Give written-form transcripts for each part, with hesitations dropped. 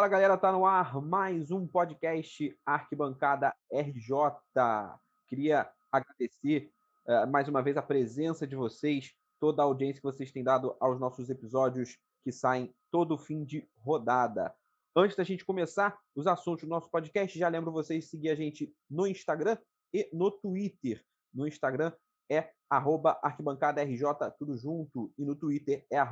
Fala galera, tá no ar mais um podcast Arquibancada RJ. Queria agradecer mais uma vez a presença de vocês, toda a audiência que vocês têm dado aos nossos episódios que saem todo fim de rodada. Antes da gente começar os assuntos do nosso podcast, já lembro vocês de seguir a gente no Instagram e no Twitter. No Instagram é @arquibancadaRJ, tudo junto, e no Twitter é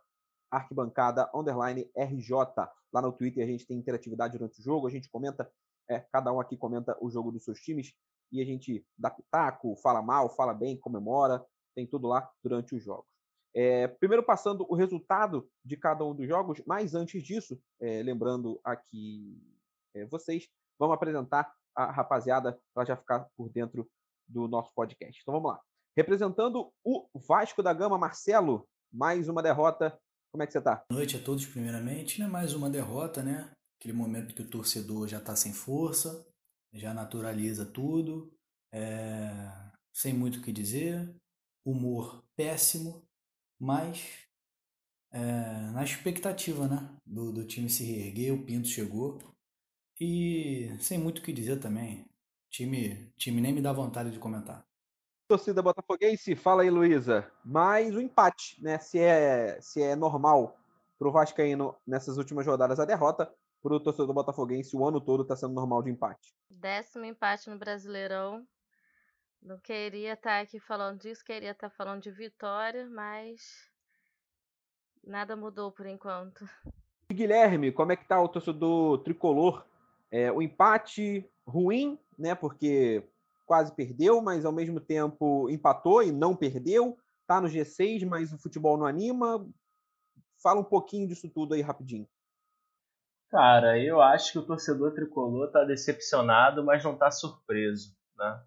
@arquibancada_RJ. Lá no Twitter a gente tem interatividade durante o jogo, a gente comenta, cada um aqui comenta o jogo dos seus times e a gente dá pitaco, fala mal, fala bem, comemora, tem tudo lá durante os jogos. Primeiro passando o resultado de cada um dos jogos, mas antes disso, lembrando aqui vocês, vamos apresentar a rapaziada para já ficar por dentro do nosso podcast. Então vamos lá. Representando o Vasco da Gama, Marcelo, mais uma derrota. Como é que você tá? Boa noite a todos, primeiramente, né? Mais uma derrota, né? Aquele momento que o torcedor já tá sem força, já naturaliza tudo, sem muito o que dizer, humor péssimo, mas na expectativa, né? Do time se reerguer, o Pinto chegou e sem muito o que dizer também. Time nem me dá vontade de comentar. Torcida botafoguense, fala aí, Luísa. Mais um empate, né? Se é normal pro vascaíno nessas últimas rodadas a derrota, pro torcedor botafoguense o ano todo tá sendo normal de empate. 10º empate no Brasileirão. Não queria estar aqui falando disso, queria estar falando de vitória, mas nada mudou por enquanto. E Guilherme, como é que tá o torcedor tricolor? O empate ruim, né? Porque quase perdeu, mas ao mesmo tempo empatou e não perdeu. Tá no G6, mas o futebol não anima. Fala um pouquinho disso tudo aí rapidinho. Cara, eu acho que o torcedor tricolor tá decepcionado, mas não tá surpreso, né?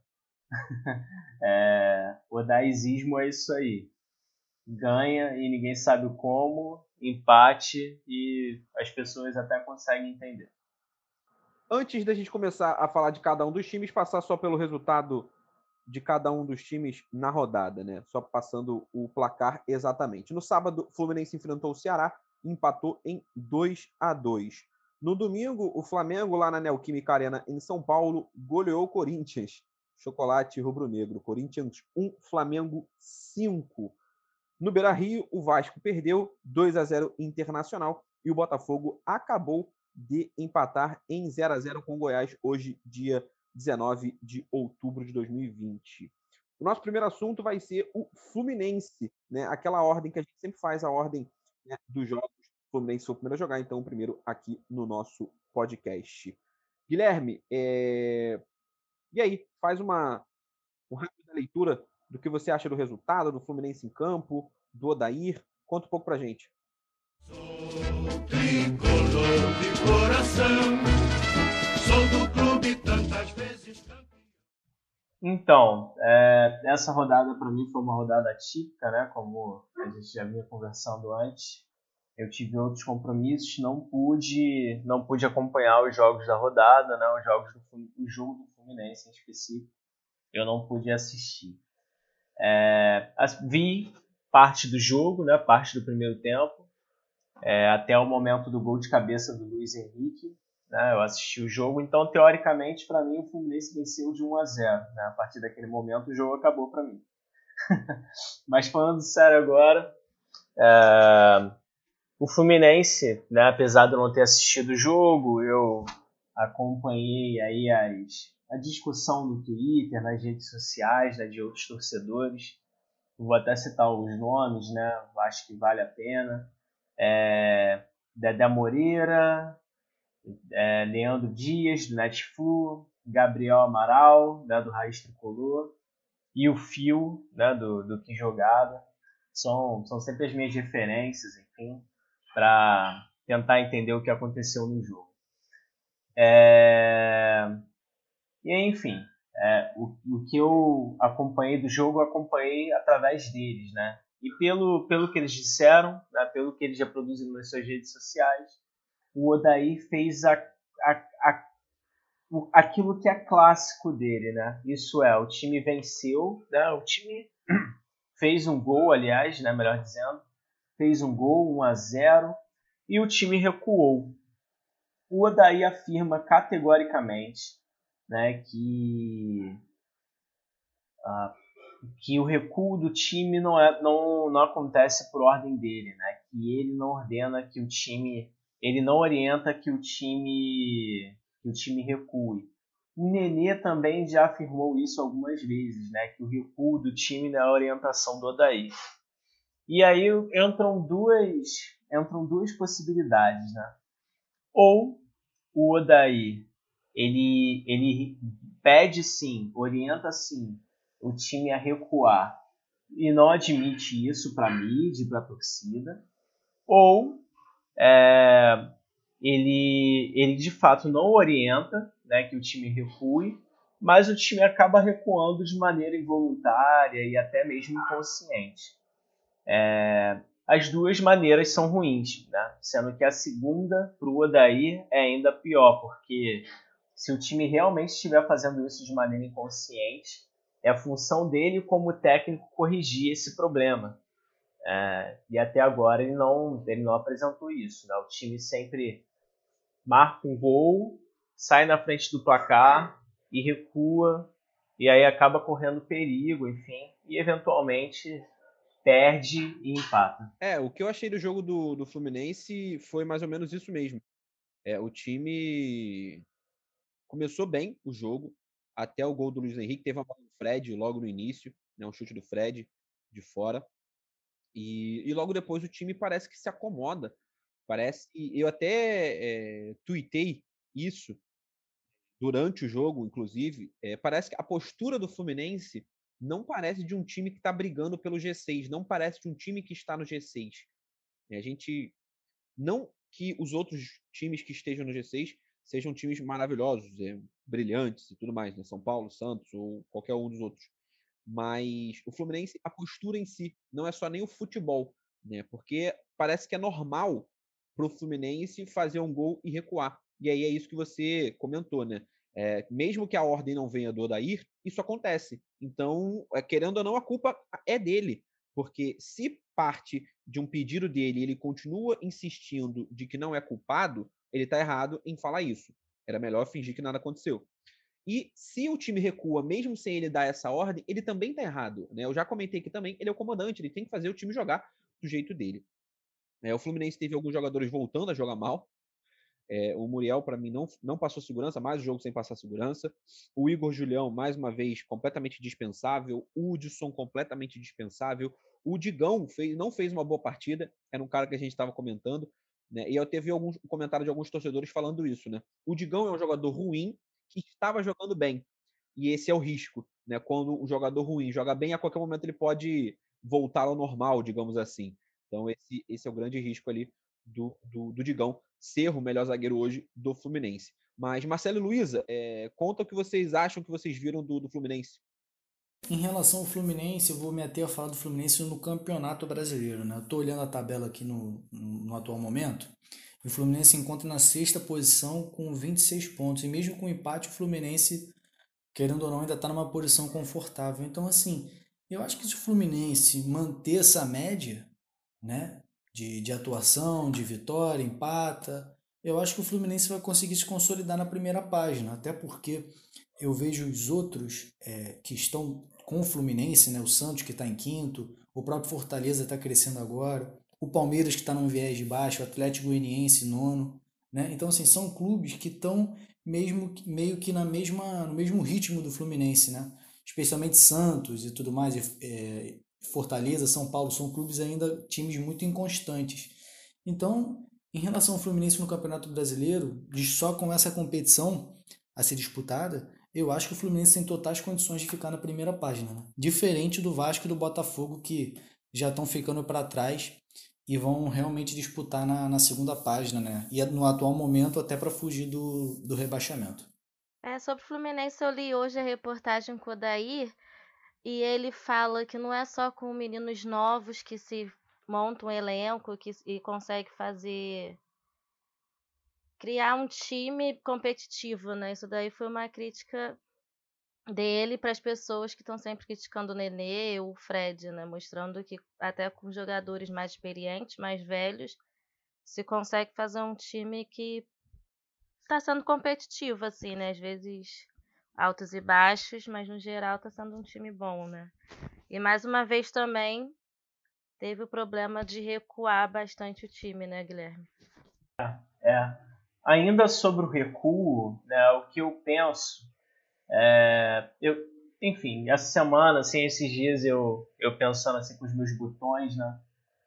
O daizismo é isso aí. Ganha e ninguém sabe como, empate e as pessoas até conseguem entender. Antes da gente começar a falar de cada um dos times, passar só pelo resultado de cada um dos times na rodada, né? Só passando o placar exatamente. No sábado, o Fluminense enfrentou o Ceará e empatou em 2-2. No domingo, o Flamengo, lá na Neoquímica Arena, em São Paulo, goleou o Corinthians. Chocolate rubro-negro. Corinthians 1, Flamengo 5. No Beira-Rio, o Vasco perdeu 2-0 Internacional e o Botafogo acabou de empatar em 0-0 com o Goiás, hoje, dia 19 de outubro de 2020. O nosso primeiro assunto vai ser o Fluminense, né? Aquela ordem que a gente sempre faz, a ordem, né, dos jogos. O Fluminense foi o primeiro a jogar, então o primeiro aqui no nosso podcast. Guilherme, e aí? Faz uma rápida leitura do que você acha do resultado, do Fluminense em campo, do Odair. Conta um pouco pra gente. Sou tricolor de coração, sou do clube tantas vezes campeão. Então, essa rodada para mim foi uma rodada típica, né? Como a gente já vinha conversando antes. Eu tive outros compromissos, não pude acompanhar os jogos da rodada, né? O jogo do Fluminense em específico, eu não pude assistir. Vi parte do jogo, né? Parte do primeiro tempo, até o momento do gol de cabeça do Luiz Henrique, né? Eu assisti o jogo, então teoricamente para mim o Fluminense venceu de 1-0, né? A partir daquele momento o jogo acabou para mim. Mas falando sério agora, o Fluminense, né, apesar de eu não ter assistido o jogo, eu acompanhei aí a discussão no Twitter, nas redes sociais, né, de outros torcedores. Eu vou até citar os nomes, né? Acho que vale a pena. Dedé Moreira, Leandro Dias, do Netflu, Gabriel Amaral, né, do Raiz Tricolor, e o Fio, né, do Que Jogada. São sempre as minhas referências, enfim, para tentar entender o que aconteceu no jogo. E enfim, o que eu acompanhei do jogo, eu acompanhei através deles, né? E pelo que eles disseram, né, pelo que eles já produzem nas suas redes sociais, o Odair fez aquilo que é clássico dele, né? Isso o time venceu, né? O time fez um gol, aliás, né, melhor dizendo, fez um gol, 1-0, e o time recuou. o Odair afirma categoricamente, né, que o recuo do time não acontece por ordem dele, né, que ele não ordena que o time, ele não orienta que o time recue. O Nenê também já afirmou isso algumas vezes, né, que o recuo do time não é a orientação do Odair. E aí entram duas possibilidades, né? Ou o Odair, ele pede sim, orienta sim o time a recuar e não admite isso para a mídia, para a torcida, ou ele de fato não orienta, né, que o time recue, mas o time acaba recuando de maneira involuntária e até mesmo inconsciente. As duas maneiras são ruins, né? Sendo que a segunda, para o Odair, é ainda pior, porque se o time realmente estiver fazendo isso de maneira inconsciente, é a função dele como técnico corrigir esse problema. E até agora ele não apresentou isso, né? O time sempre marca um gol, sai na frente do placar e recua, e aí acaba correndo perigo, enfim, e eventualmente perde e empata. O que eu achei do jogo do Fluminense foi mais ou menos isso mesmo. O time começou bem o jogo, até o gol do Luiz Henrique, teve uma bola do Fred logo no início, né, um chute do Fred de fora, e logo depois o time parece que se acomoda, eu até tuitei isso durante o jogo, inclusive, parece que a postura do Fluminense não parece de um time que está brigando pelo G6, não parece de um time que está no G6. A gente não que os outros times que estejam no G6 sejam times maravilhosos, brilhantes e tudo mais, né? São Paulo, Santos ou qualquer um dos outros. Mas o Fluminense, a postura em si, não é só nem o futebol, né? Porque parece que é normal para o Fluminense fazer um gol e recuar. E aí é isso que você comentou, né? Mesmo que a ordem não venha do Odair, isso acontece. Então, querendo ou não, a culpa é dele. Porque se parte de um pedido dele e ele continua insistindo de que não é culpado, ele está errado em falar isso. Era melhor fingir que nada aconteceu. E se o time recua, mesmo sem ele dar essa ordem, ele também está errado. Né? Eu já comentei aqui também, ele é o comandante, ele tem que fazer o time jogar do jeito dele. O Fluminense teve alguns jogadores voltando a jogar mal. O Muriel, para mim, não passou segurança, mais um jogo sem passar segurança. O Igor Julião, mais uma vez, completamente dispensável. O Hudson, completamente dispensável. O Digão não fez uma boa partida, era um cara que a gente estava comentando, né? E eu teve algum comentário de alguns torcedores falando isso, né? O Digão é um jogador ruim que estava jogando bem. E esse é o risco, né? Quando um jogador ruim joga bem, a qualquer momento ele pode voltar ao normal, digamos assim. Então, esse é o grande risco ali do Digão ser o melhor zagueiro hoje do Fluminense. Mas, Marcelo e Luísa, conta o que vocês acham, que vocês viram do Fluminense. Em relação ao Fluminense, eu vou me ater a falar do Fluminense no Campeonato Brasileiro, né? Eu estou olhando a tabela aqui no atual momento. O Fluminense se encontra na 6ª posição com 26 pontos. E mesmo com empate, o Fluminense, querendo ou não, ainda está numa posição confortável. Então, assim, eu acho que se o Fluminense manter essa média, né, de atuação, de vitória, empata, eu acho que o Fluminense vai conseguir se consolidar na primeira página. Até porque eu vejo os outros que estão com o Fluminense, né, o Santos que está em 5º, o próprio Fortaleza está crescendo agora, o Palmeiras que está num viés de baixo, o Atlético Goianiense 9º, né? Então, assim, são clubes que estão meio que no mesmo ritmo do Fluminense, né? Especialmente Santos e tudo mais, Fortaleza, São Paulo, são clubes ainda, times muito inconstantes. Então, em relação ao Fluminense no Campeonato Brasileiro, só com essa competição a ser disputada, eu acho que o Fluminense tem totais condições de ficar na primeira página, né? Diferente do Vasco e do Botafogo, que já estão ficando para trás e vão realmente disputar na segunda página, né? E no atual momento até para fugir do rebaixamento. Sobre o Fluminense, eu li hoje a reportagem com o Odair e ele fala que não é só com meninos novos que se monta um elenco e consegue criar um time competitivo, né? Isso daí foi uma crítica dele para as pessoas que estão sempre criticando o Nenê, o Fred, né? Mostrando que até com jogadores mais experientes, mais velhos, se consegue fazer um time que tá sendo competitivo, assim, né? Às vezes altos e baixos, mas no geral tá sendo um time bom, né? E mais uma vez também teve o problema de recuar bastante o time, né, Guilherme? É. Ainda sobre o recuo, né, o que eu penso, enfim, essa semana, assim, esses dias eu pensando assim com os meus botões, né,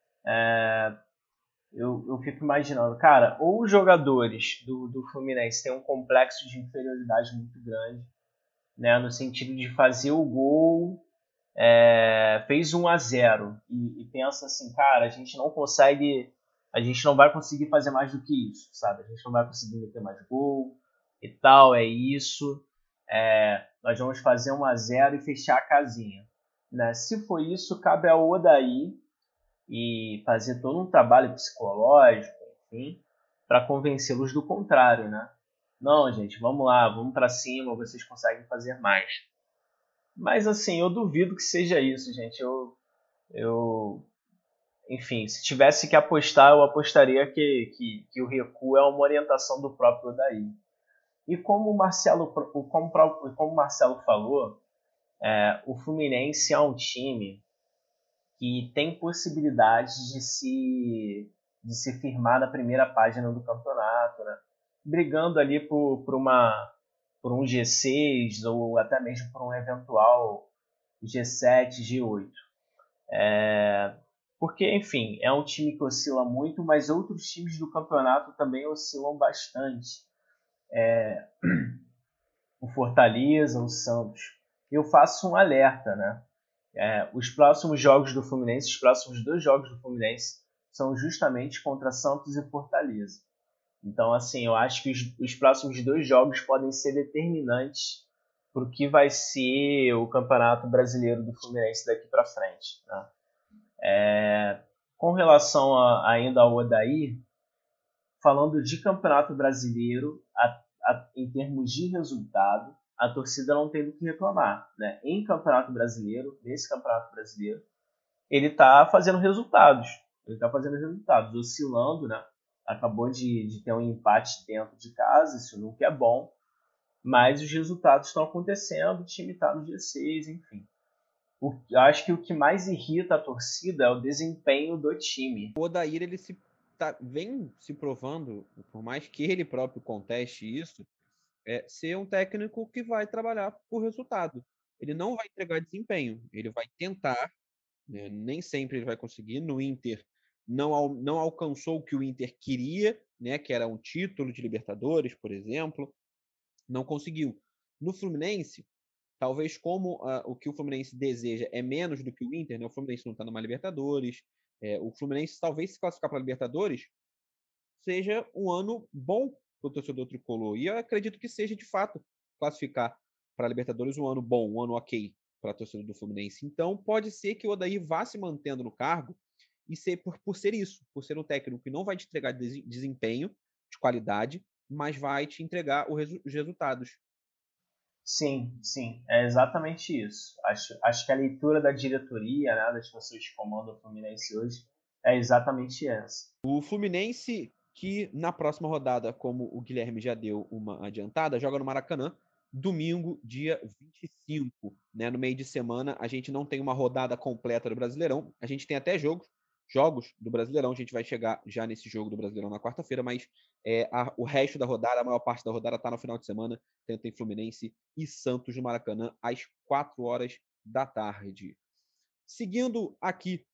eu fico imaginando, cara, ou os jogadores do Fluminense têm um complexo de inferioridade muito grande, né, no sentido de fazer o gol, fez 1-0 e pensa assim, cara, a gente não vai conseguir fazer mais do que isso, sabe? A gente não vai conseguir meter mais gol e tal, é isso. Nós vamos fazer 1-0 e fechar a casinha. Né? Se for isso, cabe ao Odair e fazer todo um trabalho psicológico, enfim, para convencê-los do contrário, né? Não, gente, vamos lá, vamos para cima, vocês conseguem fazer mais. Mas assim, eu duvido que seja isso, gente. Enfim, se tivesse que apostar, eu apostaria que o recuo é uma orientação do próprio Odair. E como o Marcelo falou, o Fluminense é um time que tem possibilidades de se firmar na primeira página do campeonato, né? Brigando ali por um G6 ou até mesmo por um eventual G7, G8. Porque, enfim, é um time que oscila muito, mas outros times do campeonato também oscilam bastante. O Fortaleza, o Santos. Eu faço um alerta, né? Os próximos jogos do Fluminense, os próximos 2 jogos do Fluminense são justamente contra Santos e Fortaleza. Então, assim, eu acho que os próximos 2 jogos podem ser determinantes para o que vai ser o Campeonato Brasileiro do Fluminense daqui para frente. Né? Com relação ainda ao Odair, falando de Campeonato Brasileiro, em termos de resultado, a torcida não tem do que reclamar. Né? Nesse Campeonato Brasileiro, ele está fazendo resultados. Oscilando, né? Acabou de ter um empate dentro de casa, isso nunca é bom, mas os resultados estão acontecendo, o time está no G6, enfim. Eu acho que o que mais irrita a torcida é o desempenho do time. O Odair, ele vem se provando, por mais que ele próprio conteste isso, ser um técnico que vai trabalhar por resultado. Ele não vai entregar desempenho, ele vai tentar, né? Nem sempre ele vai conseguir. No Inter, não alcançou o que o Inter queria, né? Que era um título de Libertadores, por exemplo. Não conseguiu. No Fluminense, talvez como o que o Fluminense deseja é menos do que o Inter, né? O Fluminense não está numa Libertadores. O Fluminense, talvez, se classificar para a Libertadores, seja um ano bom para o torcedor tricolor. E eu acredito que seja, de fato, classificar para a Libertadores um ano bom, um ano ok para a torcida do Fluminense. Então, pode ser que o Odair vá se mantendo no cargo e por ser isso, por ser um técnico que não vai te entregar desempenho de qualidade, mas vai te entregar os resultados. Sim, é exatamente isso. Acho que a leitura da diretoria, né, das pessoas que comandam o Fluminense hoje, é exatamente essa. O Fluminense, que na próxima rodada, como o Guilherme já deu uma adiantada, joga no Maracanã, domingo, dia 25. Né? No meio de semana, a gente não tem uma rodada completa do Brasileirão. A gente tem até jogos do Brasileirão. A gente vai chegar já nesse jogo do Brasileirão na quarta-feira, mas o resto da rodada, a maior parte da rodada está no final de semana. Tem Fluminense e Santos no Maracanã às 4h da tarde. Seguindo aqui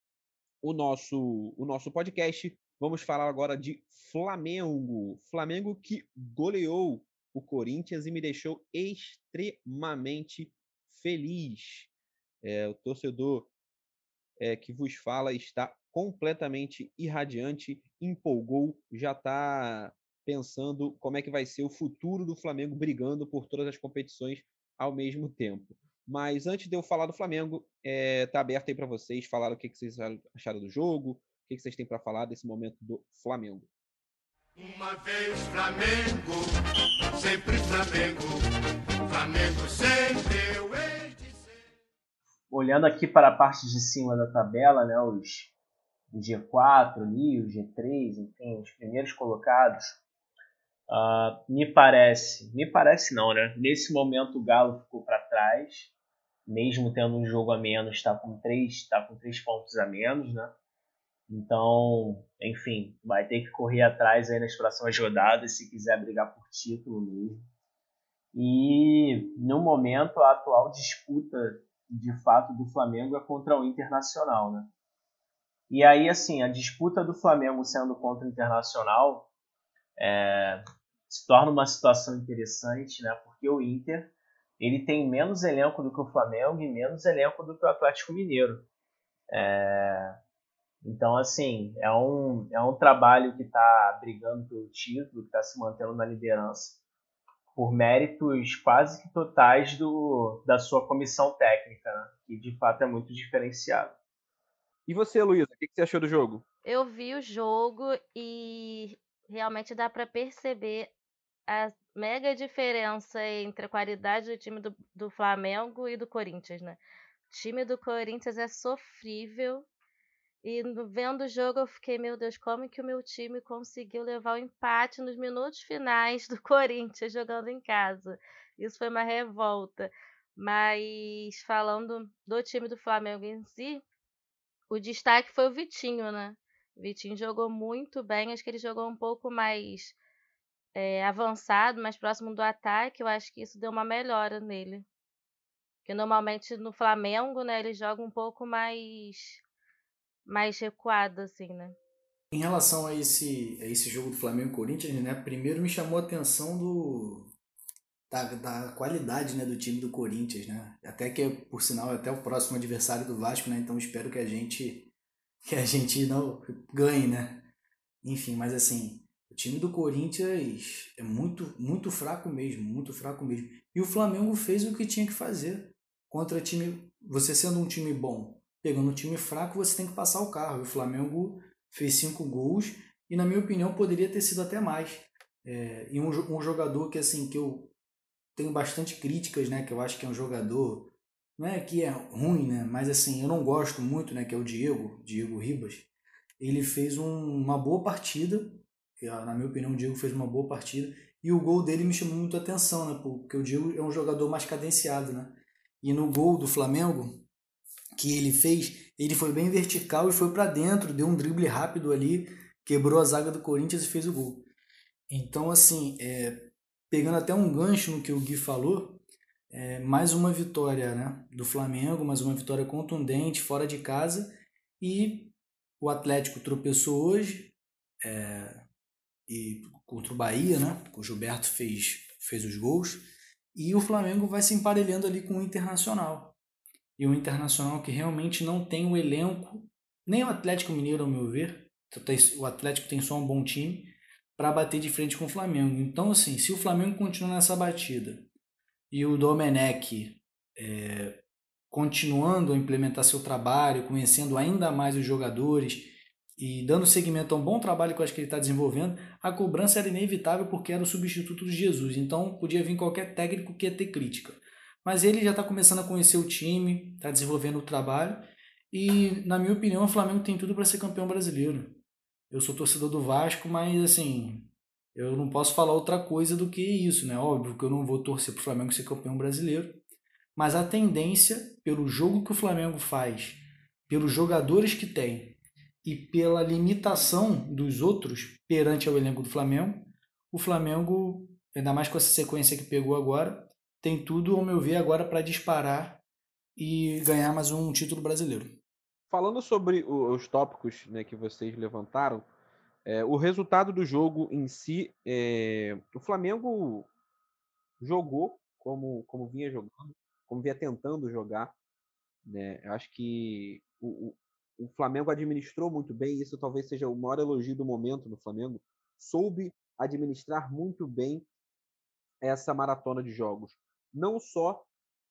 o nosso podcast, vamos falar agora de Flamengo. Flamengo que goleou o Corinthians e me deixou extremamente feliz. O torcedor que vos fala está completamente irradiante, empolgou, já está pensando como é que vai ser o futuro do Flamengo brigando por todas as competições ao mesmo tempo. Mas antes de eu falar do Flamengo, tá aberto aí para vocês falar o que vocês acharam do jogo, o que vocês têm para falar desse momento do Flamengo. Uma vez Flamengo, sempre Flamengo, Flamengo sempre eu hei de ser. Olhando aqui para a parte de cima da tabela, né, o G4 ali, o G3, enfim, os primeiros colocados, Me parece não, né? Nesse momento o Galo ficou para trás, mesmo tendo um jogo a menos, está com 3 pontos a menos, né? Então, enfim, vai ter que correr atrás aí nas próximas rodadas se quiser brigar por título mesmo. E no momento a atual disputa de fato do Flamengo é contra o Internacional, né? E aí, assim, a disputa do Flamengo sendo contra o Internacional se torna uma situação interessante, né? Porque o Inter ele tem menos elenco do que o Flamengo e menos elenco do que o Atlético Mineiro. Então, assim, é um trabalho que está brigando pelo título, que está se mantendo na liderança, por méritos quase que totais da sua comissão técnica, né? Que de fato é muito diferenciado. E você, Luísa, o que você achou do jogo? Eu vi o jogo e realmente dá para perceber a mega diferença entre a qualidade do time do Flamengo e do Corinthians, né? O time do Corinthians é sofrível. E vendo o jogo eu fiquei, meu Deus, como que o meu time conseguiu levar o empate nos minutos finais do Corinthians jogando em casa? Isso foi uma revolta. Mas falando do time do Flamengo em si, o destaque foi o Vitinho, né? O Vitinho jogou muito bem, acho que ele jogou um pouco mais avançado, mais próximo do ataque. Eu acho que isso deu uma melhora nele. Porque normalmente no Flamengo, né, ele joga um pouco mais recuado, assim, né? Em relação a esse jogo do Flamengo e Corinthians, né? Primeiro me chamou a atenção da qualidade, né, do time do Corinthians, né? Até que, por sinal, é até o próximo adversário do Vasco, né? Então espero que a gente não ganhe, né? Enfim, mas assim, o time do Corinthians é muito, muito fraco mesmo, muito fraco mesmo. E o Flamengo fez o que tinha que fazer contra time. Você sendo um time bom, pegando um time fraco, você tem que passar o carro. E o Flamengo fez 5 gols e, na minha opinião, poderia ter sido até mais. E um jogador que, assim, que eu tenho bastante críticas, né? Que eu acho que é um jogador, não é que é ruim, né? Mas assim, eu não gosto muito, né? Que é o Diego Ribas. Ele fez uma boa partida. Na minha opinião, o Diego fez uma boa partida. E o gol dele me chamou muito a atenção, né? Porque o Diego é um jogador mais cadenciado, né? E no gol do Flamengo que ele fez, ele foi bem vertical e foi para dentro, deu um drible rápido ali, quebrou a zaga do Corinthians e fez o gol. Então, assim, pegando até um gancho no que o Gui falou, mais uma vitória, né, do Flamengo, mais uma vitória contundente, fora de casa, e o Atlético tropeçou hoje, e contra o Bahia, né, o Gilberto fez os gols, e o Flamengo vai se emparelhando ali com o Internacional. E o Internacional que realmente não tem o elenco, nem o Atlético Mineiro, ao meu ver, o Atlético tem só um bom time, para bater de frente com o Flamengo. Então, assim, se o Flamengo continuar nessa batida e o Domenech continuando a implementar seu trabalho, conhecendo ainda mais os jogadores e dando seguimento a um bom trabalho que eu acho que ele está desenvolvendo, a cobrança era inevitável porque era o substituto do Jesus. Então, podia vir qualquer técnico que ia ter crítica. Mas ele já está começando a conhecer o time, está desenvolvendo o trabalho e, na minha opinião, o Flamengo tem tudo para ser campeão brasileiro. Eu sou torcedor do Vasco, mas assim, eu não posso falar outra coisa do que isso, né? Óbvio que eu não vou torcer para o Flamengo ser campeão brasileiro, mas a tendência, pelo jogo que o Flamengo faz, pelos jogadores que tem e pela limitação dos outros perante ao elenco do Flamengo, o Flamengo, ainda mais com essa sequência que pegou agora, tem tudo, ao meu ver, agora para disparar e ganhar mais um título brasileiro. Falando sobre os tópicos, né, que vocês levantaram, o resultado do jogo em si, o Flamengo jogou como vinha jogando, como vinha tentando jogar, né? Eu acho que o Flamengo administrou muito bem, isso talvez seja o maior elogio do momento no Flamengo, soube administrar muito bem essa maratona de jogos, não só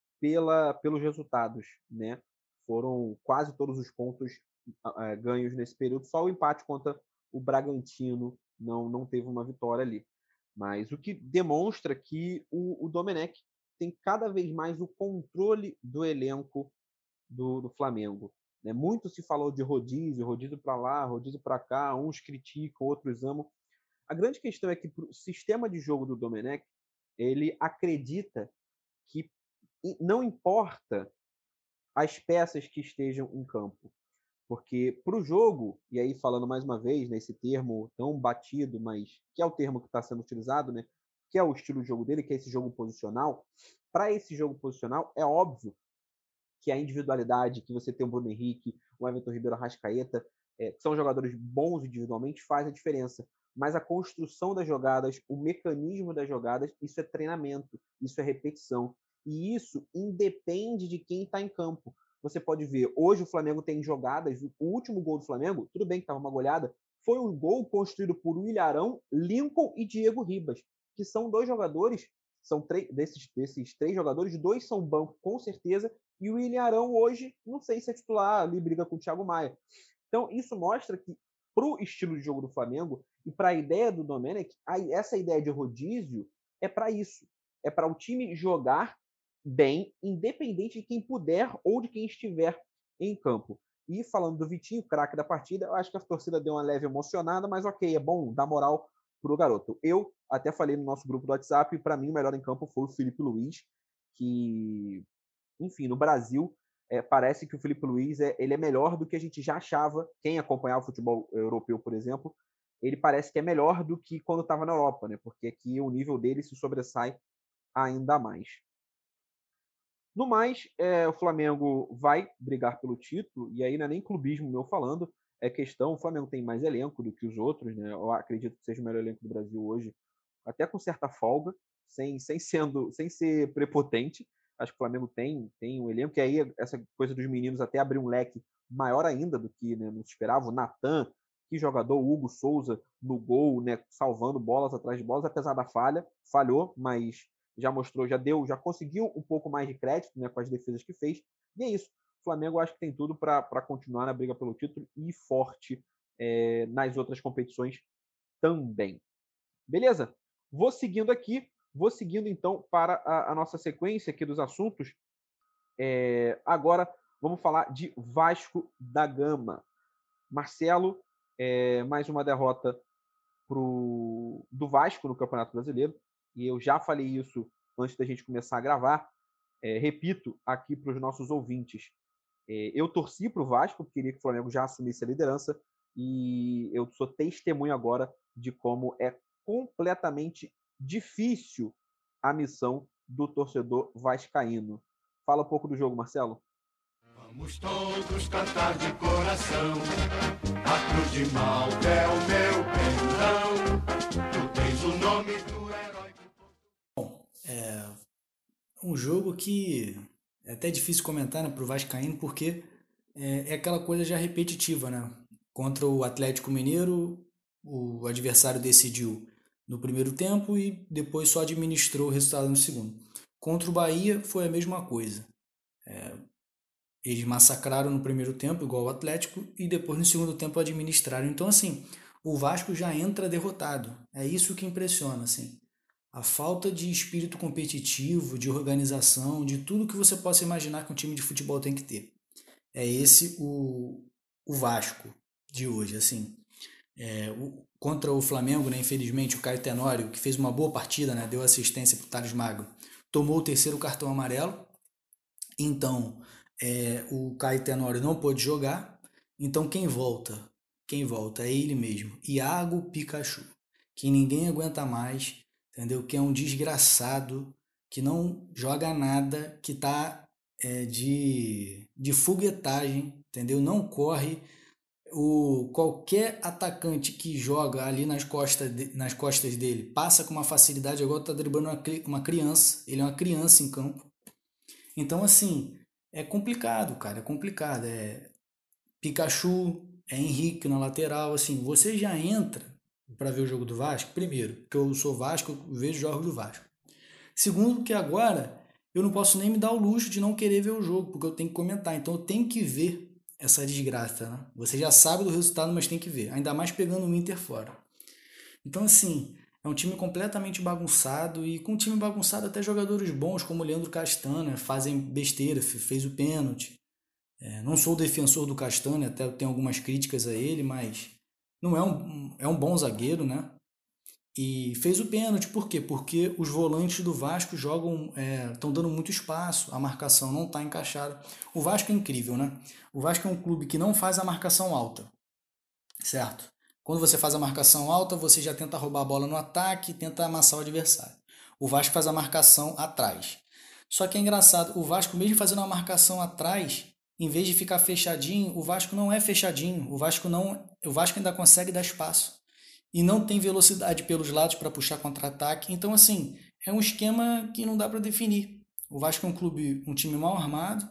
pelos resultados, né? Foram quase todos os pontos ganhos nesse período, só o empate contra o Bragantino não teve uma vitória ali. Mas o que demonstra que o Domenech tem cada vez mais o controle do elenco do Flamengo. Né? Muito se falou de rodízio para lá, rodízio para cá, uns criticam, outros amam. A grande questão é que o sistema de jogo do Domenech, ele acredita que não importa as peças que estejam em campo. Porque para o jogo, e aí falando mais uma vez nesse termo tão batido, mas que é o termo que está sendo utilizado, né? Que é o estilo de jogo dele, que é esse jogo posicional. Para esse jogo posicional, é óbvio que a individualidade, que você tem o Bruno Henrique, o Everton Ribeiro, Arrascaeta, que são jogadores bons individualmente, faz a diferença. Mas a construção das jogadas, o mecanismo das jogadas, isso é treinamento, isso é repetição. E isso independe de quem está em campo. Você pode ver, hoje o Flamengo tem jogadas, o último gol do Flamengo, tudo bem que estava uma goleada, foi um gol construído por Willian Arão, Lincoln e Diego Ribas, que são dois jogadores, são desses 3 jogadores, 2 são banco com certeza, e o Willian Arão hoje, não sei se é titular, ali briga com o Thiago Maia. Então, isso mostra que, para o estilo de jogo do Flamengo e para a ideia do Domenech, essa ideia de rodízio é para isso. É para o time jogar bem, independente de quem puder ou de quem estiver em campo. E falando do Vitinho, craque da partida, eu acho que a torcida deu uma leve emocionada, mas ok, é bom dar moral pro garoto. Eu até falei no nosso grupo do WhatsApp, e para mim o melhor em campo foi o Filipe Luís, que, enfim, no Brasil, parece que o Filipe Luís ele é melhor do que a gente já achava. Quem acompanhava o futebol europeu, por exemplo, ele parece que é melhor do que quando estava na Europa, né? Porque aqui o nível dele se sobressai ainda mais. No mais, o Flamengo vai brigar pelo título, e aí não é nem clubismo meu falando, é questão, o Flamengo tem mais elenco do que os outros, né? Eu acredito que seja o melhor elenco do Brasil hoje, até com certa folga, sem ser prepotente. Acho que o Flamengo tem um elenco, e aí essa coisa dos meninos até abrir um leque maior ainda do que, né, não se esperava. O Natan, que jogador, o Hugo Souza no gol, né, salvando bolas atrás de bolas, apesar da falhou, mas já mostrou, já conseguiu um pouco mais de crédito, né, com as defesas que fez. E é isso. O Flamengo acho que tem tudo para continuar na briga pelo título e forte nas outras competições também. Beleza? Vou seguindo então para a nossa sequência aqui dos assuntos. Agora vamos falar de Vasco da Gama. Marcelo, mais uma derrota do Vasco no Campeonato Brasileiro. E eu já falei isso antes da gente começar a gravar. Repito aqui para os nossos ouvintes. Eu torci para o Vasco, queria que o Flamengo já assumisse a liderança, e eu sou testemunho agora de como é completamente difícil a missão do torcedor vascaíno. Fala um pouco do jogo, Marcelo. Vamos todos cantar de coração, a cruz de Malta é o meu pendão, tu tens o nome do herói. Bom, um jogo que é até difícil comentar, né, pro vascaíno, porque é aquela coisa já repetitiva, né? Contra o Atlético Mineiro, o adversário decidiu no primeiro tempo e depois só administrou o resultado no segundo. Contra o Bahia foi a mesma coisa. Eles massacraram no primeiro tempo, igual o Atlético, e depois no segundo tempo administraram. Então, assim, o Vasco já entra derrotado. É isso que impressiona, assim. A falta de espírito competitivo, de organização, de tudo que você possa imaginar que um time de futebol tem que ter. É esse o Vasco de hoje, assim. Contra o Flamengo, né, infelizmente, o Caio Tenório, que fez uma boa partida, né, deu assistência para o Thales Magno, tomou o terceiro cartão amarelo. Então, o Caio Tenório não pôde jogar. Então, quem volta é ele mesmo, Iago Pikachu, que ninguém aguenta mais, entendeu? Que é um desgraçado, que não joga nada, que tá de foguetagem, entendeu? Não corre. Qualquer atacante que joga ali nas costas dele passa com uma facilidade, agora tá driblando uma criança. Ele é uma criança em campo. Então, assim, é complicado, cara, é complicado. Pikachu, Henrique na lateral, assim, você já entra para ver o jogo do Vasco, primeiro, porque eu sou Vasco, eu vejo jogos do Vasco. Segundo, que agora eu não posso nem me dar o luxo de não querer ver o jogo, porque eu tenho que comentar, então eu tenho que ver essa desgraça, né? Você já sabe do resultado, mas tem que ver, ainda mais pegando o Inter fora. Então, assim, é um time completamente bagunçado, e com um time bagunçado até jogadores bons como o Leandro Castanha fazem besteira, fez o pênalti. Não sou defensor do Castanha, até tenho algumas críticas a ele, mas não é um bom zagueiro, né? e fez o pênalti. Por quê? Porque os volantes do Vasco estão dando muito espaço, a marcação não está encaixada. O Vasco é incrível, né? O Vasco é um clube que não faz a marcação alta, certo? Quando você faz a marcação alta, você já tenta roubar a bola no ataque, tenta amassar o adversário. O Vasco faz a marcação atrás. Só que é engraçado, o Vasco mesmo fazendo a marcação atrás, em vez de ficar fechadinho, o Vasco não é fechadinho. O Vasco ainda consegue dar espaço e não tem velocidade pelos lados para puxar contra-ataque. Então, assim, é um esquema que não dá para definir. O Vasco é um time mal armado,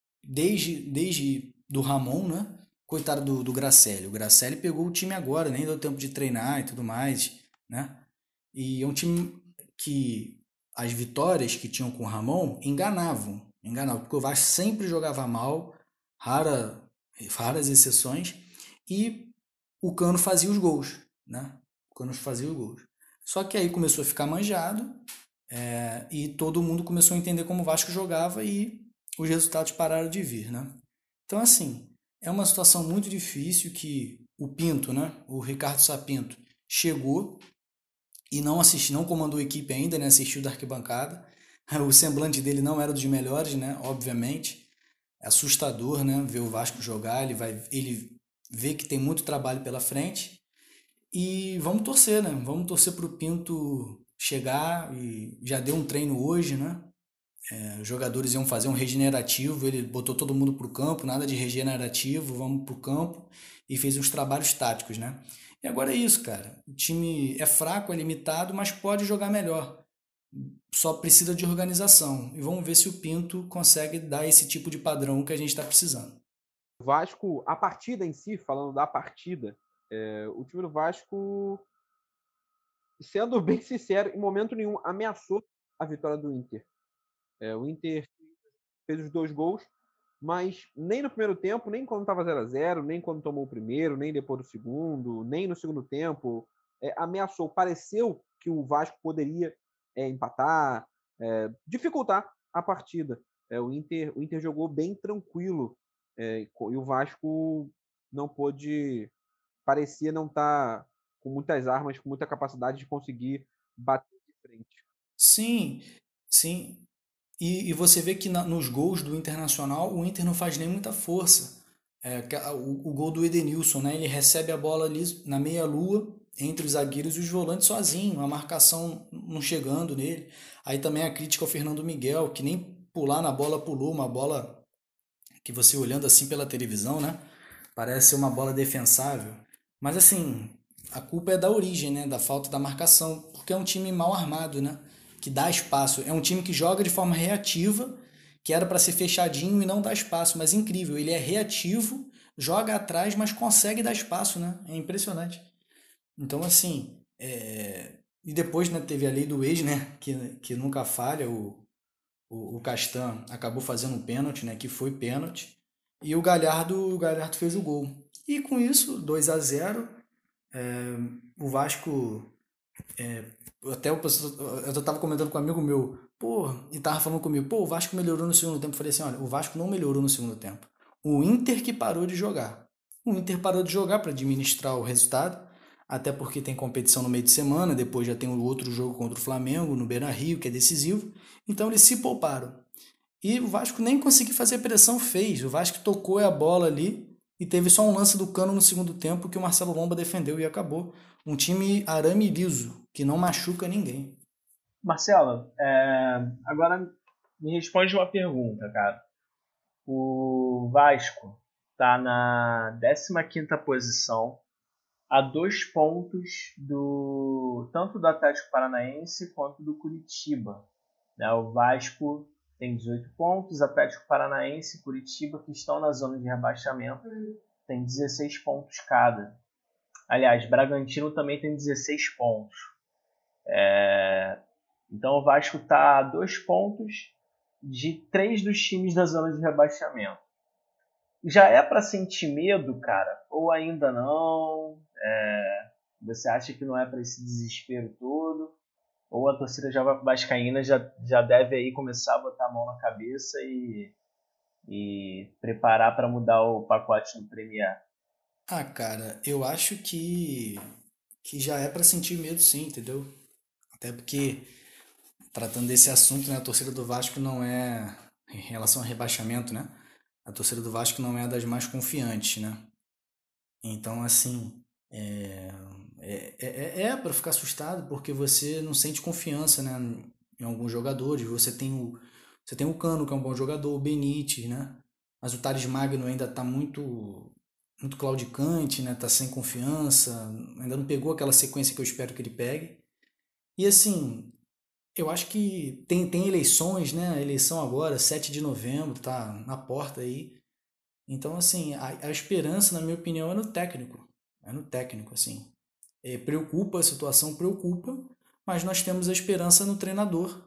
desde do Ramon, né? Coitado do Gracelli. O Gracelli pegou o time agora, nem deu tempo de treinar e tudo mais, né? E é um time que as vitórias que tinham com o Ramon enganavam, porque o Vasco sempre jogava mal, raras exceções, e o Cano fazia os gols, né? O Cano fazia os gols. Só que aí começou a ficar manjado, e todo mundo começou a entender como o Vasco jogava e os resultados pararam de vir, né? Então, assim, é uma situação muito difícil que o Pinto, né? O Ricardo Sapinto chegou e não comandou a equipe ainda, né? Assistiu da arquibancada. O semblante dele não era dos melhores, né? Obviamente. É assustador, né? Ver o Vasco jogar, ele vê que tem muito trabalho pela frente. E vamos torcer, né? Vamos torcer para o Pinto chegar, e já deu um treino hoje, né? Os jogadores iam fazer um regenerativo, ele botou todo mundo pro campo, nada de regenerativo, vamos pro campo, e fez uns trabalhos táticos, né? E agora é isso, cara. O time é fraco, é limitado, mas pode jogar melhor. Só precisa de organização. E vamos ver se o Pinto consegue dar esse tipo de padrão que a gente está precisando. O Vasco, a partida em si, falando da partida, o time do Vasco, sendo bem sincero, em momento nenhum ameaçou a vitória do Inter. O Inter fez os 2 gols, mas nem no primeiro tempo, nem quando estava 0-0, nem quando tomou o primeiro, nem depois do segundo, nem no segundo tempo, ameaçou. Pareceu que o Vasco poderia empatar, dificultar a partida. O Inter jogou bem tranquilo, e o Vasco não pôde, parecia não estar com muitas armas, com muita capacidade de conseguir bater de frente. Sim, sim. E você vê que nos gols do Internacional, o Inter não faz nem muita força. O gol do Edenilson, né? Ele recebe a bola ali na meia-lua, entre os zagueiros e os volantes sozinho, a marcação não chegando nele. Aí também a crítica ao Fernando Miguel, que nem pular na bola pulou, uma bola que você olhando assim pela televisão, né? Parece ser uma bola defensável. Mas assim, a culpa é da origem, né? Da falta da marcação, porque é um time mal armado, né? Que dá espaço. É um time que joga de forma reativa, que era para ser fechadinho e não dá espaço, mas incrível, ele é reativo, joga atrás, mas consegue dar espaço, né? É impressionante. Então, assim, e depois, né, teve a lei do ex, né? Que nunca falha, o Castan acabou fazendo um pênalti, né? Que foi pênalti. E o Galhardo fez o gol. E com isso, 2-0, o Vasco. Até eu estava comentando com um amigo meu, e tava falando comigo, o Vasco melhorou no segundo tempo. Eu falei assim: olha, o Vasco não melhorou no segundo tempo. O Inter que parou de jogar. O Inter parou de jogar para administrar o resultado, até porque tem competição no meio de semana, depois já tem o outro jogo contra o Flamengo, no Beira-Rio, que é decisivo. Então eles se pouparam. E o Vasco nem conseguiu fazer pressão, fez. O Vasco tocou a bola ali e teve só um lance do Cano no segundo tempo que o Marcelo Lomba defendeu e acabou. Um time arame liso, que não machuca ninguém. Marcelo, agora me responde uma pergunta, cara. O Vasco está na 15ª posição, a 2 pontos tanto do Atlético Paranaense quanto do Curitiba. O Vasco tem 18 pontos, Atlético Paranaense e Curitiba, que estão na zona de rebaixamento, tem 16 pontos cada. Aliás, Bragantino também tem 16 pontos. Então o Vasco está a 2 pontos de 3 dos times da zona de rebaixamento. Já é para sentir medo, cara? Ou ainda não? Você acha que não é para esse desespero todo? Ou a torcida já vascaína já deve aí começar a botar a mão na cabeça e preparar para mudar o pacote do Premier? Cara, eu acho que que já é para sentir medo sim, entendeu? Até porque, tratando desse assunto, né, a torcida do Vasco não é, em relação ao rebaixamento, né? A torcida do Vasco não é das mais confiantes, né? Então, assim, é para ficar assustado, porque você não sente confiança, né, em alguns jogadores. Você tem o Cano, que é um bom jogador, o Benítez, né? Mas o Thales Magno ainda está muito claudicante, né? Tá sem confiança, ainda não pegou aquela sequência que eu espero que ele pegue. E assim, eu acho que tem eleições, né? A eleição agora, 7 de novembro, tá na porta aí. Então, assim, a esperança, na minha opinião, é no técnico. É no técnico, assim. Preocupa, a situação preocupa, mas nós temos a esperança no treinador.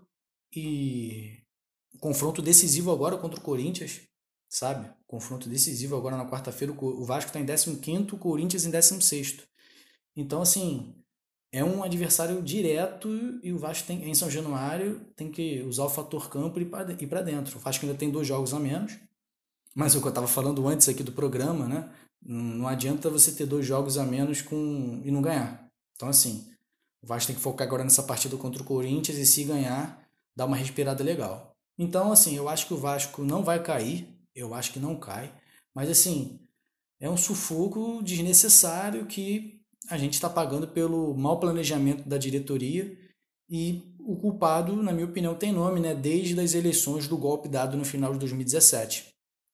E confronto decisivo agora contra o Corinthians, sabe? Confronto decisivo agora na quarta-feira. O Vasco está em 15º, o Corinthians em 16º. Então, assim, é um adversário direto e o Vasco em São Januário tem que usar o fator campo e ir para dentro. O Vasco ainda tem 2 jogos a menos. Mas o que eu estava falando antes aqui do programa, né? Não adianta você ter 2 jogos a menos e não ganhar. Então, assim, o Vasco tem que focar agora nessa partida contra o Corinthians e, se ganhar, dar uma respirada legal. Então, assim, eu acho que o Vasco não vai cair. Eu acho que não cai. Mas, assim, é um sufoco desnecessário que a gente está pagando pelo mau planejamento da diretoria. E o culpado, na minha opinião, tem nome, né? Desde as eleições do golpe dado no final de 2017.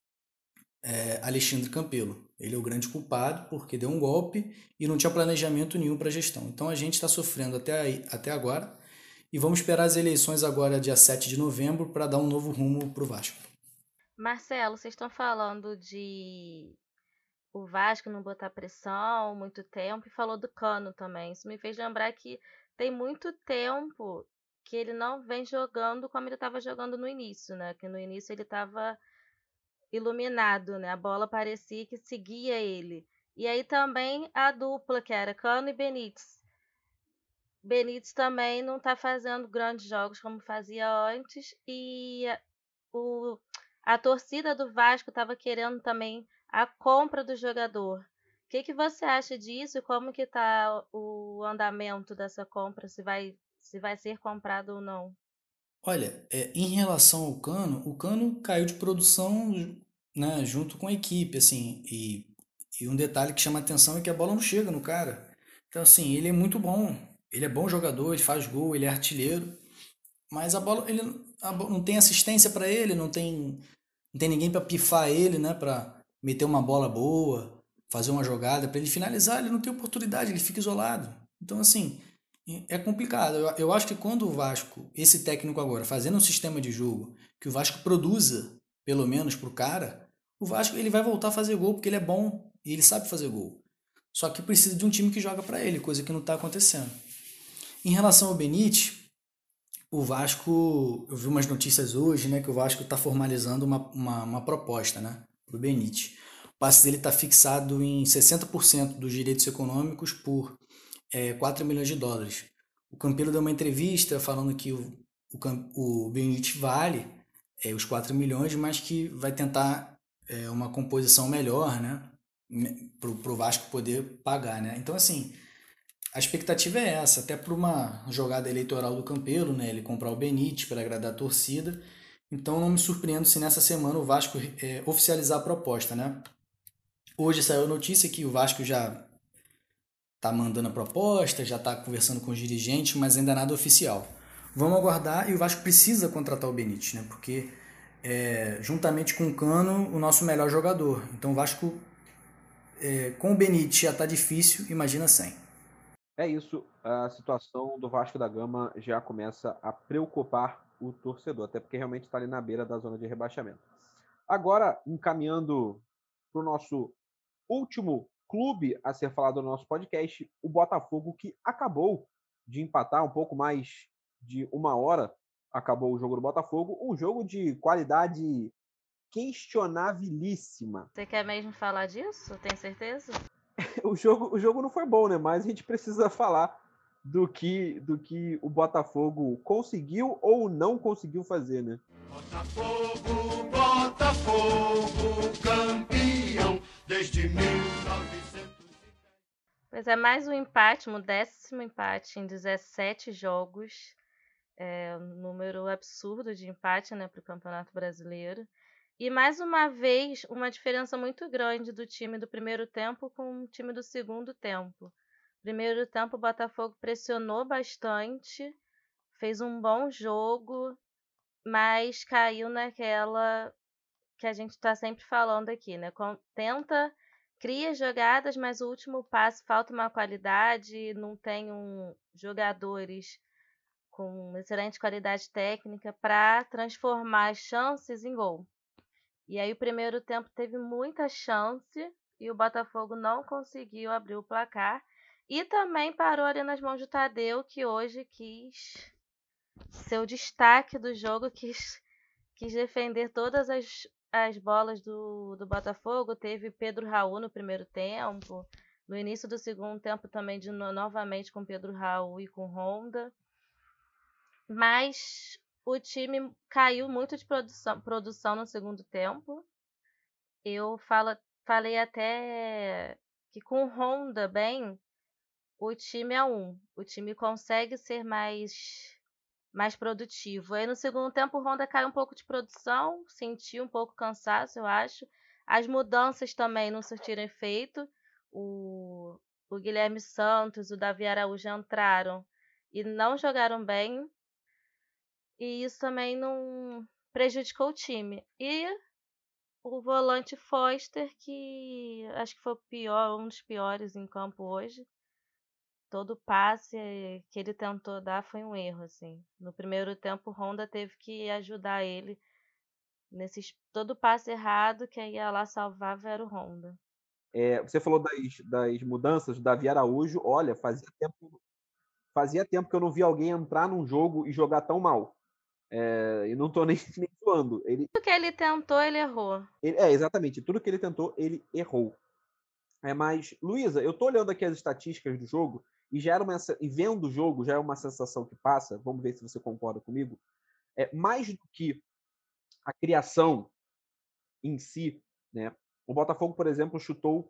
Alexandre Campelo. Ele é o grande culpado porque deu um golpe e não tinha planejamento nenhum para a gestão. Então a gente está sofrendo até agora e vamos esperar as eleições agora, dia 7 de novembro, para dar um novo rumo para o Vasco. Marcelo, vocês estão falando de o Vasco não botar pressão muito tempo e falou do Cano também. Isso me fez lembrar que tem muito tempo que ele não vem jogando como ele estava jogando no início, né? Que no início ele estava iluminado, né? A bola parecia que seguia ele. E aí também a dupla, que era Cano e Benítez. Benítez também não tá fazendo grandes jogos como fazia antes. E a torcida do Vasco estava querendo também a compra do jogador. O que você acha disso e como que tá o andamento dessa compra, se vai ser comprado ou não? Olha, em relação ao Cano, o Cano caiu de produção, né, junto com a equipe, assim, e um detalhe que chama a atenção é que a bola não chega no cara. Então, assim, ele é muito bom, ele é bom jogador, ele faz gol, ele é artilheiro, mas não tem assistência para ele, não tem ninguém para pifar ele, né, para meter uma bola boa, fazer uma jogada, para ele finalizar, ele não tem oportunidade, ele fica isolado. Então, assim, é complicado. Eu acho que quando o Vasco, esse técnico agora, fazendo um sistema de jogo que o Vasco produza, pelo menos pro cara, o Vasco ele vai voltar a fazer gol porque ele é bom e ele sabe fazer gol. Só que precisa de um time que joga para ele, coisa que não está acontecendo. Em relação ao Benítez, o Vasco, eu vi umas notícias hoje, né, que o Vasco está formalizando uma proposta, né, pro Benítez. O passe dele está fixado em 60% dos direitos econômicos por 4 milhões de dólares. O Campelo deu uma entrevista falando que o Benítez vale os 4 milhões, mas que vai tentar uma composição melhor, né, para o Vasco poder pagar, né? Então, assim, a expectativa é essa, até por uma jogada eleitoral do Campelo, né, ele comprar o Benítez para agradar a torcida. Então, não me surpreendo se nessa semana o Vasco oficializar a proposta, né? Hoje saiu a notícia que o Vasco já está mandando a proposta, já está conversando com os dirigentes, mas ainda nada oficial. Vamos aguardar, e o Vasco precisa contratar o Benítez, né? Porque juntamente com o Cano, o nosso melhor jogador. Então o Vasco, com o Benítez já está difícil, imagina sem. É isso, a situação do Vasco da Gama já começa a preocupar o torcedor, até porque realmente está ali na beira da zona de rebaixamento. Agora, encaminhando para o nosso último clube a ser falado no nosso podcast, o Botafogo, que acabou de empatar um pouco mais de 1 hora, acabou o jogo do Botafogo, um jogo de qualidade questionabilíssima. Você quer mesmo falar disso? Tem certeza? O jogo não foi bom, né? Mas a gente precisa falar do que o Botafogo conseguiu ou não conseguiu fazer, né? Botafogo, Botafogo, campeão desde 1910. Pois é, mais um empate, um 10º empate em 17 jogos. Um número absurdo de empate, né, para o Campeonato Brasileiro. E mais uma vez, uma diferença muito grande do time do primeiro tempo com o time do segundo tempo. Primeiro tempo, o Botafogo pressionou bastante, fez um bom jogo, mas caiu naquela que a gente está sempre falando aqui, né? Cria jogadas, mas o último passe falta uma qualidade, não tem jogadores com excelente qualidade técnica para transformar as chances em gol. E aí o primeiro tempo teve muita chance e o Botafogo não conseguiu abrir o placar. E também parou ali nas mãos do Tadeu, que hoje quis ser o destaque do jogo, quis defender todas as bolas do Botafogo. Teve Pedro Raul no primeiro tempo. No início do segundo tempo também novamente com Pedro Raul e com Honda. Mas o time caiu muito de produção no segundo tempo. Eu falei até que com Honda bem, o time é o time consegue ser mais produtivo. Aí no segundo tempo o Honda caiu um pouco de produção, sentiu um pouco cansaço, eu acho. As mudanças também não surtiram efeito. O Guilherme Santos, o Davi Araújo entraram e não jogaram bem. E isso também não prejudicou o time. E o volante Foster, que acho que foi um dos piores em campo hoje. Todo passe que ele tentou dar foi um erro, assim. No primeiro tempo, o Honda teve que ajudar ele todo passe errado, quem ia lá salvava era o Honda. Você falou das mudanças, o Davi Araújo. Olha, fazia tempo que eu não vi alguém entrar num jogo e jogar tão mal. E não tô nem zoando. Tudo que ele tentou, ele errou. Exatamente. Tudo que ele tentou, ele errou. Mas, Luísa, eu tô olhando aqui as estatísticas do jogo e vendo o jogo já é uma sensação que passa. Vamos ver se você concorda comigo. Mais do que a criação em si, né? O Botafogo, por exemplo, chutou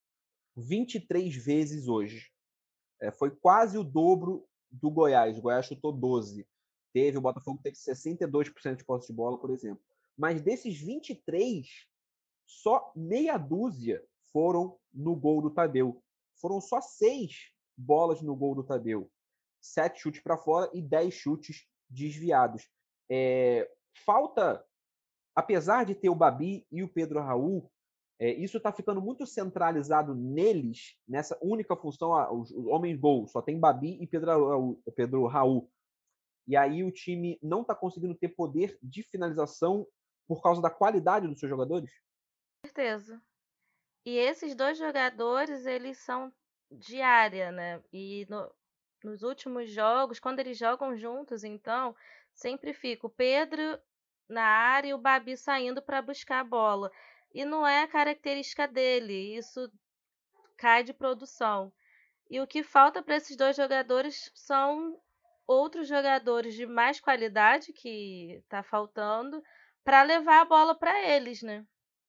23 vezes hoje. Foi quase o dobro do Goiás. O Goiás chutou 12. O Botafogo teve 62% de posse de bola, por exemplo. Mas desses 23, só meia dúzia foram no gol do Tadeu. Foram só 6 bolas no gol do Tadeu. 7 chutes para fora e 10 chutes desviados. Falta, apesar de ter o Babi e o Pedro Raul, isso está ficando muito centralizado neles, nessa única função, os homens gol. Só tem Babi e Pedro Raul. E aí o time não está conseguindo ter poder de finalização por causa da qualidade dos seus jogadores? Com certeza. E esses dois jogadores, eles são de área, né? E nos últimos jogos, quando eles jogam juntos, então, sempre fica o Pedro na área e o Babi saindo para buscar a bola. E não é a característica dele, isso cai de produção. E o que falta para esses dois jogadores são outros jogadores de mais qualidade, que está faltando, para levar a bola para eles, né?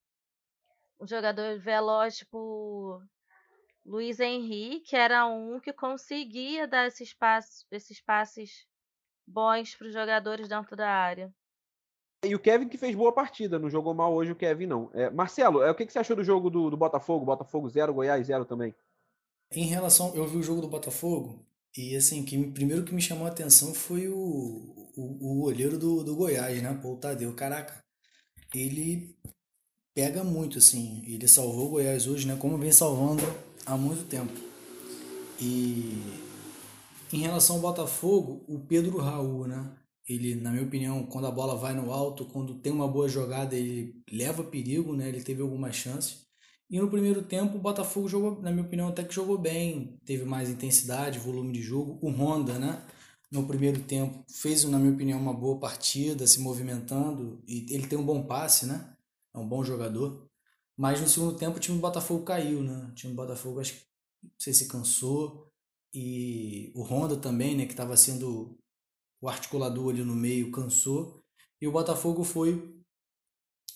Um jogador veloz, tipo Luiz Henrique, era um que conseguia dar esses passes bons para os jogadores dentro da área. E o Kevin que fez boa partida, não jogou mal hoje o Kevin não. Marcelo, o que você achou do jogo do Botafogo? Botafogo 0, Goiás 0 também. Em relação, eu vi o jogo do Botafogo e assim, primeiro que me chamou a atenção foi o goleiro do Goiás, né? Pô, o Tadeu, caraca, ele pega muito, assim, ele salvou o Goiás hoje, né? Como vem salvando há muito tempo. E em relação ao Botafogo, o Pedro Raul, né? Ele, na minha opinião, quando a bola vai no alto, quando tem uma boa jogada, ele leva perigo, né? Ele teve algumas chances. E no primeiro tempo, o Botafogo jogou, na minha opinião, até que jogou bem. Teve mais intensidade, volume de jogo. O Honda, né? No primeiro tempo, fez, na minha opinião, uma boa partida, se movimentando. E ele tem um bom passe, né? É um bom jogador. Mas no segundo tempo, o time do Botafogo caiu, né? O time do Botafogo, acho que, não sei se cansou. E o Honda também, né? Que estava sendo o articulador ali no meio, cansou. E o Botafogo foi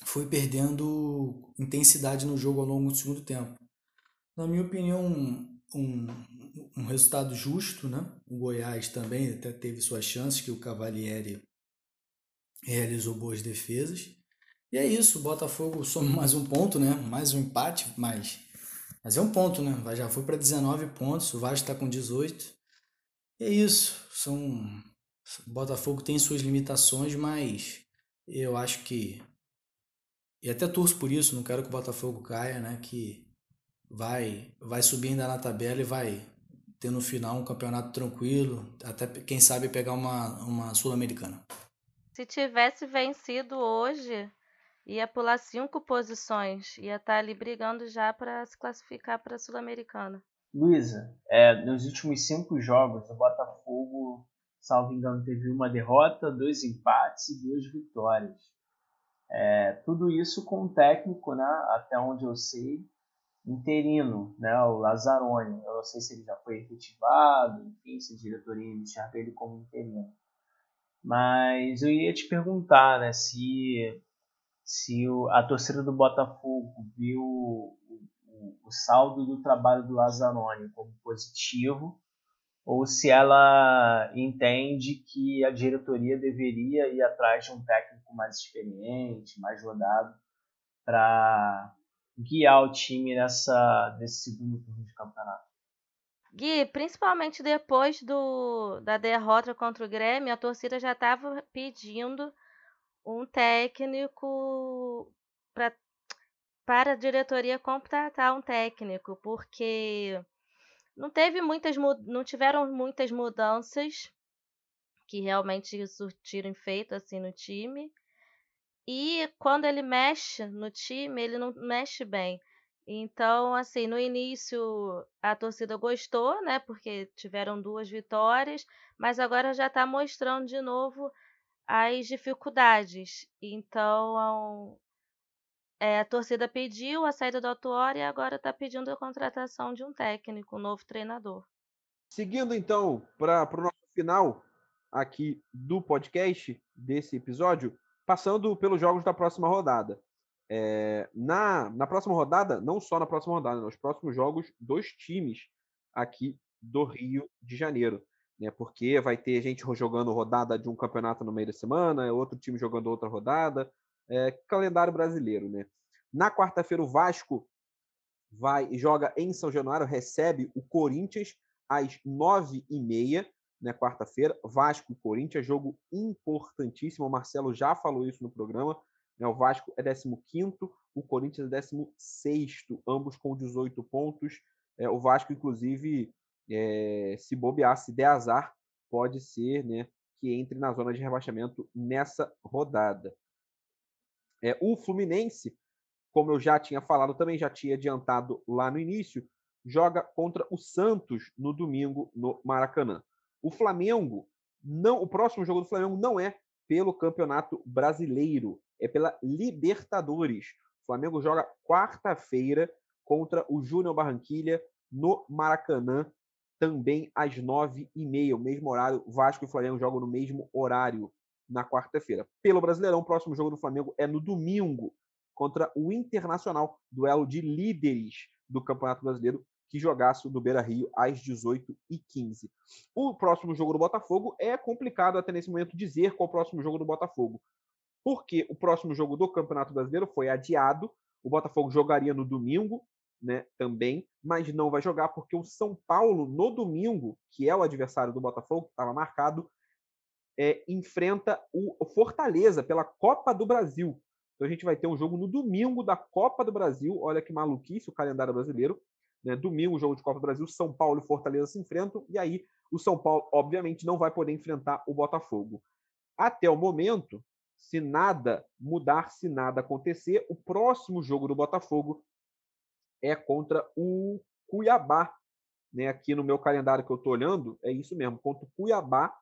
perdendo intensidade no jogo ao longo do segundo tempo. Na minha opinião, um resultado justo, né? O Goiás também até teve suas chances, que o Cavalieri realizou boas defesas. E é isso, o Botafogo soma mais um ponto, né? Mais um empate, mas é um ponto, né? Já foi para 19 pontos, o Vasco está com 18. E é isso, o Botafogo tem suas limitações, mas eu acho que, e até torço por isso, não quero que o Botafogo caia, né? Que vai subir ainda na tabela e vai ter no final um campeonato tranquilo, até quem sabe pegar uma Sul-Americana. Se tivesse vencido hoje, ia pular 5 posições, ia estar ali brigando já para se classificar para a Sul-Americana. Luísa, nos últimos 5 jogos, o Botafogo, salvo engano, teve uma derrota, 2 empates e 2 vitórias. Tudo isso com um técnico, né, até onde eu sei, interino, né, o Lazzaroni. Eu não sei se ele já foi efetivado, enfim, se a diretoria enxerga ele como interino. Mas eu ia te perguntar, né, se a torcida do Botafogo viu o saldo do trabalho do Lazzaroni como positivo, ou se ela entende que a diretoria deveria ir atrás de um técnico mais experiente, mais rodado, para guiar o time nesse segundo turno de campeonato. Gui, principalmente depois da derrota contra o Grêmio, a torcida já estava pedindo um técnico para a diretoria contratar um técnico, porque não tiveram muitas mudanças que realmente surtiram efeito assim no time. E quando ele mexe no time, ele não mexe bem. Então, assim, no início a torcida gostou, né? Porque tiveram 2 vitórias, mas agora já está mostrando de novo as dificuldades. Então, a torcida pediu a saída do Autuori e agora está pedindo a contratação de um técnico, um novo treinador. Seguindo então para o nosso final aqui do podcast, desse episódio, passando pelos jogos da próxima rodada. Na próxima rodada, não só na próxima rodada, nos próximos jogos dos times aqui do Rio de Janeiro. Né? Porque vai ter gente jogando rodada de um campeonato no meio da semana, outro time jogando outra rodada. Calendário brasileiro. Né? Na quarta-feira, o Vasco joga em São Januário, recebe o Corinthians às 9h30, né, quarta-feira. Vasco e Corinthians, jogo importantíssimo. O Marcelo já falou isso no programa. Né, o Vasco é 15º, o Corinthians é 16º, ambos com 18 pontos. O Vasco, inclusive, se bobear, se der azar, pode ser, né, que entre na zona de rebaixamento nessa rodada. O Fluminense, como eu já tinha falado, também já tinha adiantado lá no início, joga contra o Santos no domingo no Maracanã. O Flamengo, o próximo jogo do Flamengo não é pelo Campeonato Brasileiro, é pela Libertadores. O Flamengo joga quarta-feira contra o Júnior Barranquilla no Maracanã, também às 9h30, o mesmo horário. Vasco e Flamengo jogam no mesmo horário na quarta-feira. Pelo Brasileirão, o próximo jogo do Flamengo é no domingo, contra o Internacional, duelo de líderes do Campeonato Brasileiro, que jogasse no Beira-Rio às 18h15. O próximo jogo do Botafogo é complicado até nesse momento dizer qual é o próximo jogo do Botafogo, porque o próximo jogo do Campeonato Brasileiro foi adiado. O Botafogo jogaria no domingo, né, também, mas não vai jogar porque o São Paulo, no domingo, que é o adversário do Botafogo, que estava marcado, enfrenta o Fortaleza pela Copa do Brasil. Então a gente vai ter um jogo no domingo da Copa do Brasil. Olha que maluquice o calendário brasileiro. Né? Domingo, jogo de Copa do Brasil, São Paulo e Fortaleza se enfrentam. E aí o São Paulo, obviamente, não vai poder enfrentar o Botafogo. Até o momento, se nada mudar, se nada acontecer, o próximo jogo do Botafogo é contra o Cuiabá. Né? Aqui no meu calendário que eu estou olhando, é isso mesmo, contra o Cuiabá.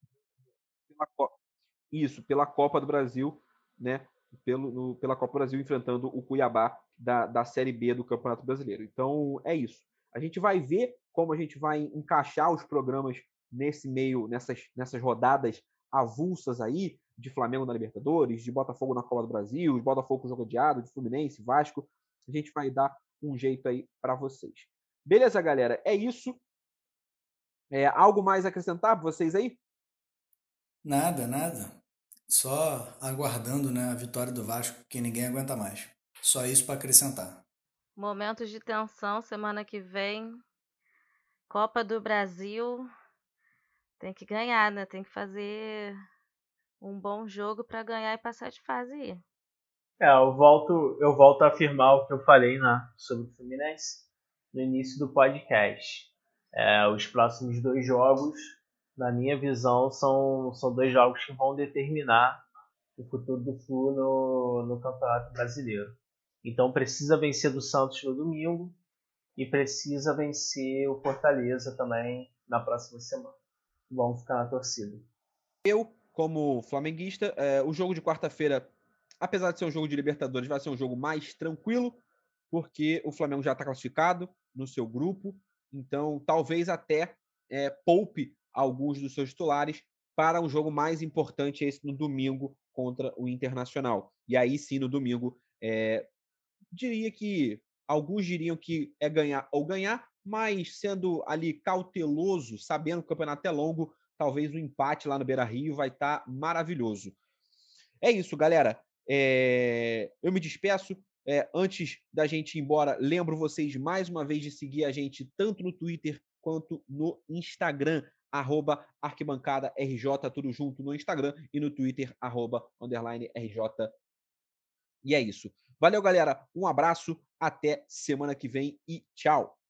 Pela Copa do Brasil, né? Pela Copa do Brasil, enfrentando o Cuiabá da Série B do Campeonato Brasileiro. Então, é isso. A gente vai ver como a gente vai encaixar os programas nesse meio, nessas rodadas avulsas aí, de Flamengo na Libertadores, de Botafogo na Copa do Brasil, de Botafogo com jogo adiado, de Fluminense, Vasco. A gente vai dar um jeito aí para vocês. Beleza, galera? É isso. Algo mais a acrescentar para vocês aí? Nada, nada. Só aguardando, né, a vitória do Vasco, que ninguém aguenta mais. Só isso para acrescentar. Momentos de tensão, semana que vem. Copa do Brasil. Tem que ganhar, né? Tem que fazer um bom jogo para ganhar e passar de fase aí. Eu volto a afirmar o que eu falei sobre o Fluminense no início do podcast. Os próximos 2 jogos, na minha visão, são 2 jogos que vão determinar o futuro do Flu no Campeonato Brasileiro. Então precisa vencer do Santos no domingo e precisa vencer o Fortaleza também na próxima semana. Vamos ficar na torcida. Eu, como flamenguista, o jogo de quarta-feira, apesar de ser um jogo de Libertadores, vai ser um jogo mais tranquilo, porque o Flamengo já está classificado no seu grupo, então talvez até poupe alguns dos seus titulares para um jogo mais importante, esse no domingo contra o Internacional. E aí sim, no domingo, diria que alguns diriam que é ganhar ou ganhar, mas sendo ali cauteloso, sabendo que o campeonato é longo, talvez o empate lá no Beira-Rio vai estar maravilhoso. É isso, galera. Eu me despeço. Antes da gente ir embora, lembro vocês mais uma vez de seguir a gente tanto no Twitter quanto no Instagram, @arquibancadaRJ, tudo junto no Instagram, e no Twitter, @_RJ. E é isso. Valeu, galera. Um abraço. Até semana que vem e tchau.